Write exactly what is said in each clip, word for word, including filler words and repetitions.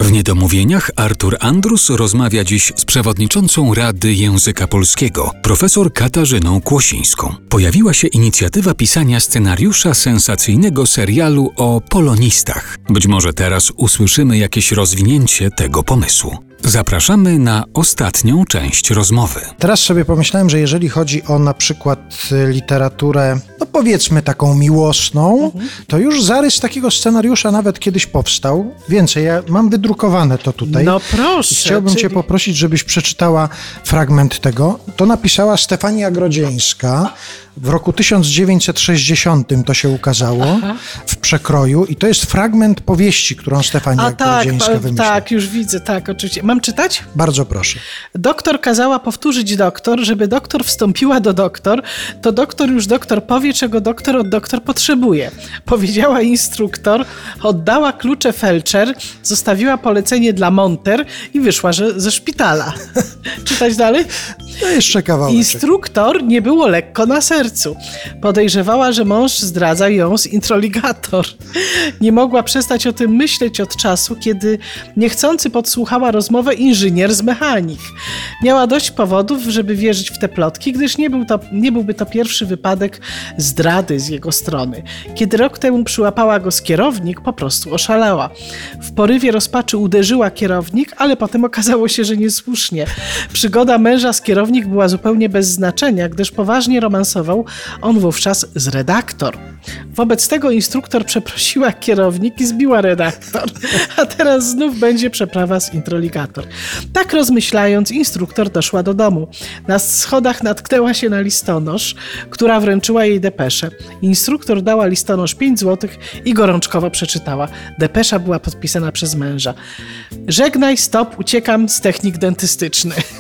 W Niedomówieniach Artur Andrus rozmawia dziś z przewodniczącą Rady Języka Polskiego, profesor Katarzyną Kłosińską. Pojawiła się inicjatywa pisania scenariusza sensacyjnego serialu o polonistach. Być może teraz usłyszymy jakieś rozwinięcie tego pomysłu. Zapraszamy na ostatnią część rozmowy. Teraz sobie pomyślałem, że jeżeli chodzi o na przykład literaturę, no powiedzmy taką miłosną, mhm. to już zarys takiego scenariusza nawet kiedyś powstał. Więcej, ja mam wydrukowane to tutaj. No proszę. I chciałbym czyli... cię poprosić, żebyś przeczytała fragment tego. To napisała Stefania Grodzieńska. W roku tysiąc dziewięćset sześćdziesiątym to się ukazało. Aha. W przekroju i to jest fragment powieści, którą Stefania A tak, Grodzieńska wymyśliła. Tak, już widzę, tak, oczywiście. Mam czytać? Bardzo proszę. Doktor kazała powtórzyć doktor, żeby doktor wstąpiła do doktor, to doktor już doktor powie, czego doktor od doktor potrzebuje. Powiedziała instruktor, oddała klucze felczer, zostawiła polecenie dla monter i wyszła że, ze szpitala. Czytać dalej? No jeszcze kawałek. Instruktor nie było lekko na sercu. Podejrzewała, że mąż zdradza ją z introligator. Nie mogła przestać o tym myśleć od czasu, kiedy niechcący podsłuchała rozmowę inżynier z mechanik. Miała dość powodów, żeby wierzyć w te plotki, gdyż nie, był to, nie byłby to pierwszy wypadek zdrady z jego strony. Kiedy rok temu przyłapała go z kierownik, po prostu oszalała. W porywie rozpaczy uderzyła kierownik, ale potem okazało się, że niesłusznie. Przygoda męża z kierownik była zupełnie bez znaczenia, gdyż poważnie romansował on wówczas z redaktor. Wobec tego instruktor przeprosiła kierownik i zbiła redaktor, a teraz znów będzie przeprawa z introligator. Tak rozmyślając, instruktor doszła do domu. Na schodach natknęła się na listonosz, która wręczyła jej depeszę. Instruktor dała listonosz pięć złotych i gorączkowo przeczytała. Depesza była podpisana przez męża. Żegnaj, stop, uciekam z technik dentystycznych.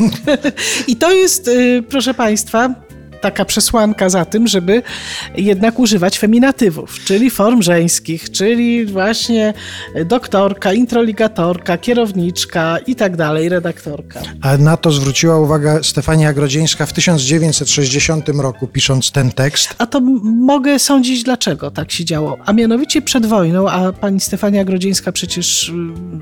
I to jest, yy, proszę Państwa, taka przesłanka za tym, żeby jednak używać feminatywów, czyli form żeńskich, czyli właśnie doktorka, introligatorka, kierowniczka i tak dalej, redaktorka. A na to zwróciła uwagę Stefania Grodzieńska w tysiąc dziewięćset sześćdziesiątym roku, pisząc ten tekst. A to m- mogę sądzić, dlaczego tak się działo. A mianowicie przed wojną, a pani Stefania Grodzieńska przecież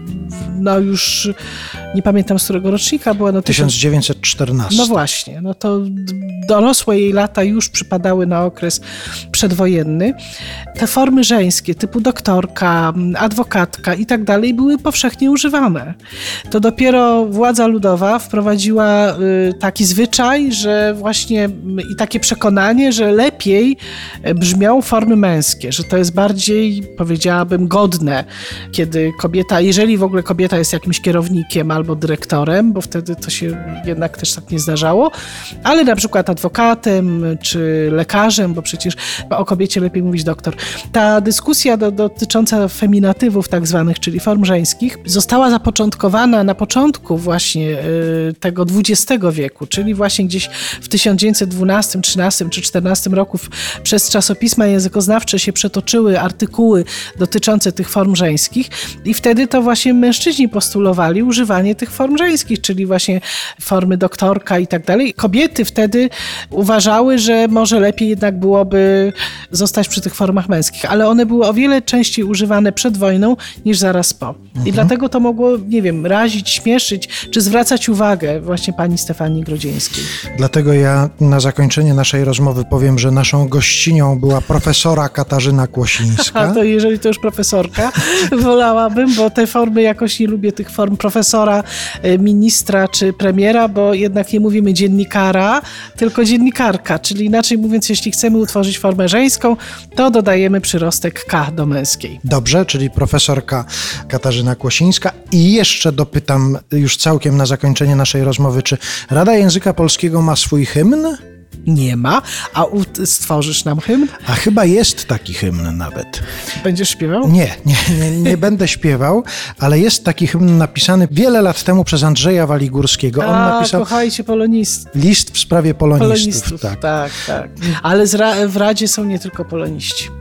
no już nie pamiętam z którego rocznika była. No, tysiąc dziewięćset czternasty. No właśnie, no to dorosłe jej lata już przypadały na okres przedwojenny. Te formy żeńskie typu doktorka, adwokatka i tak dalej były powszechnie używane. To dopiero władza ludowa wprowadziła y, taki zwyczaj, że właśnie y, i takie przekonanie, że lepiej brzmią formy męskie, że to jest bardziej, powiedziałabym, godne, kiedy kobieta, jeżeli w ogóle kobieta jest jakimś kierownikiem albo dyrektorem, bo wtedy to się jednak też tak nie zdarzało, ale na przykład adwokatem czy lekarzem, bo przecież o kobiecie lepiej mówić doktor. Ta dyskusja do, dotycząca feminatywów tak zwanych, czyli form żeńskich, została zapoczątkowana na początku właśnie y, tego dwudziestego wieku, czyli właśnie gdzieś w tysiąc dziewięćset dwunastym, trzynastym czy czternastym roku w, przez czasopisma językoznawcze się przetoczyły artykuły dotyczące tych form żeńskich i wtedy to właśnie mężczyźni postulowali używanie tych form żeńskich, czyli właśnie formy doktorka i tak dalej. Kobiety wtedy uważały, że może lepiej jednak byłoby zostać przy tych formach męskich, ale one były o wiele częściej używane przed wojną niż zaraz po. Mhm. I dlatego to mogło, nie wiem, razić, śmieszyć, czy zwracać uwagę właśnie pani Stefanii Grodzieńskiej. Dlatego ja na zakończenie naszej rozmowy powiem, że naszą gościnią była profesora Katarzyna Kłosińska. A to jeżeli to już profesorka, wolałabym, bo te formy jakoś nie lubię tych form profesora, ministra czy premiera, bo jednak nie mówimy dziennikara, tylko dziennikarka, czyli inaczej mówiąc, jeśli chcemy utworzyć formę żeńską, to dodajemy przyrostek K do męskiej. Dobrze, czyli profesorka Katarzyna Kłosińska. I jeszcze dopytam już całkiem na zakończenie naszej rozmowy, czy Rada Języka Polskiego ma swój hymn? Nie ma, a stworzysz nam hymn? A chyba jest taki hymn nawet. Będziesz śpiewał? Nie, nie, nie, nie będę śpiewał, ale jest taki hymn napisany wiele lat temu przez Andrzeja Waligórskiego. On a, napisał kochajcie polonist. List w sprawie polonistów. polonistów. Tak, tak. tak. Ale z ra- w Radzie są nie tylko poloniści.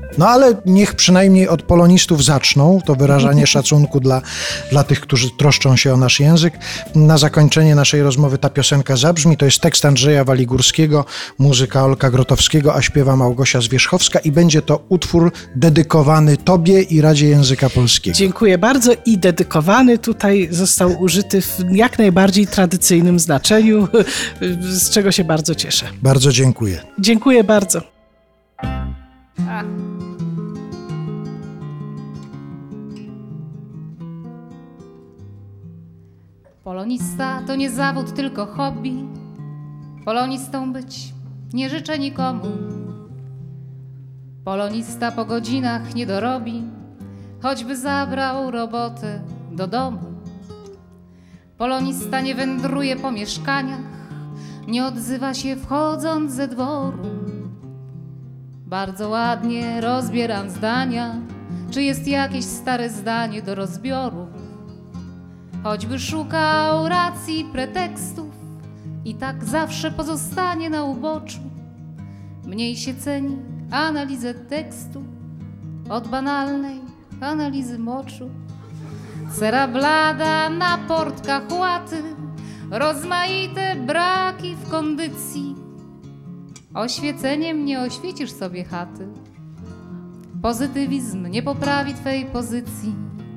No ale niech przynajmniej od polonistów zaczną, to wyrażanie szacunku dla, dla tych, którzy troszczą się o nasz język. Na zakończenie naszej rozmowy ta piosenka zabrzmi, to jest tekst Andrzeja Waligórskiego, muzyka Olka Grotowskiego, a śpiewa Małgosia Zwierzchowska i będzie to utwór dedykowany Tobie i Radzie Języka Polskiego. Dziękuję bardzo i dedykowany tutaj został użyty w jak najbardziej tradycyjnym znaczeniu, z czego się bardzo cieszę. Bardzo dziękuję. Dziękuję bardzo. Polonista to nie zawód, tylko hobby. Polonistą być nie życzę nikomu. Polonista po godzinach nie dorobi, choćby zabrał robotę do domu. Polonista nie wędruje po mieszkaniach, nie odzywa się wchodząc ze dworu. Bardzo ładnie rozbieram zdania, czy jest jakieś stare zdanie do rozbioru. Choćby szukał racji, pretekstów, i tak zawsze pozostanie na uboczu. Mniej się ceni analizę tekstu od banalnej analizy moczu. Cera blada na portkach łaty, rozmaite braki w kondycji. Oświeceniem nie oświecisz sobie chaty, pozytywizm nie poprawi twej pozycji.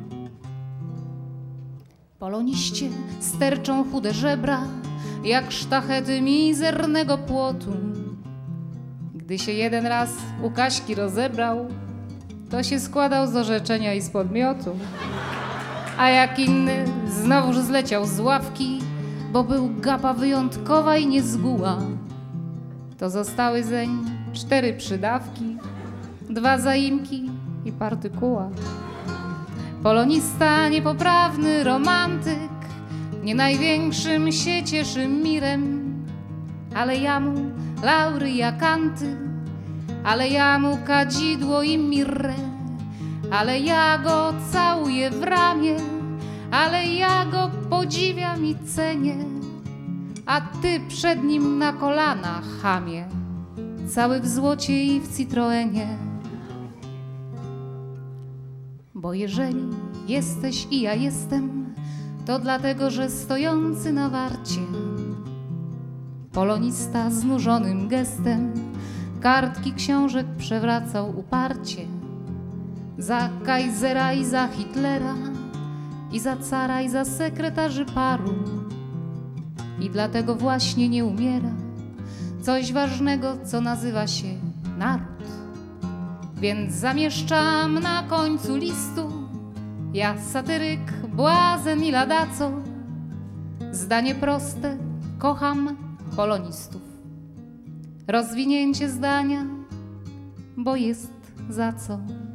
Poloniście sterczą chude żebra, jak sztachety mizernego płotu. Gdy się jeden raz u Kaśki rozebrał, to się składał z orzeczenia i z podmiotu. A jak inny znowuż zleciał z ławki, bo był gapa wyjątkowa i niezguła, to zostały zeń cztery przydawki, dwa zaimki i partykuła. Polonista niepoprawny romantyk, nie największym się cieszy mirem, ale ja mu laury i akanty, ale ja mu kadzidło i mirrę, ale ja go całuję w ramię, ale ja go podziwiam i cenię, a ty przed nim na kolana, chamie, cały w złocie i w Citroenie. Bo jeżeli jesteś i ja jestem, to dlatego, że stojący na warcie polonista znużonym gestem kartki książek przewracał uparcie. Za Kajzera i za Hitlera, i za cara i za sekretarzy paru. I dlatego właśnie nie umiera coś ważnego, co nazywa się naród. Więc zamieszczam na końcu listu, ja satyryk, błazen i ladaco, zdanie proste, kocham polonistów. Rozwinięcie zdania, bo jest za co.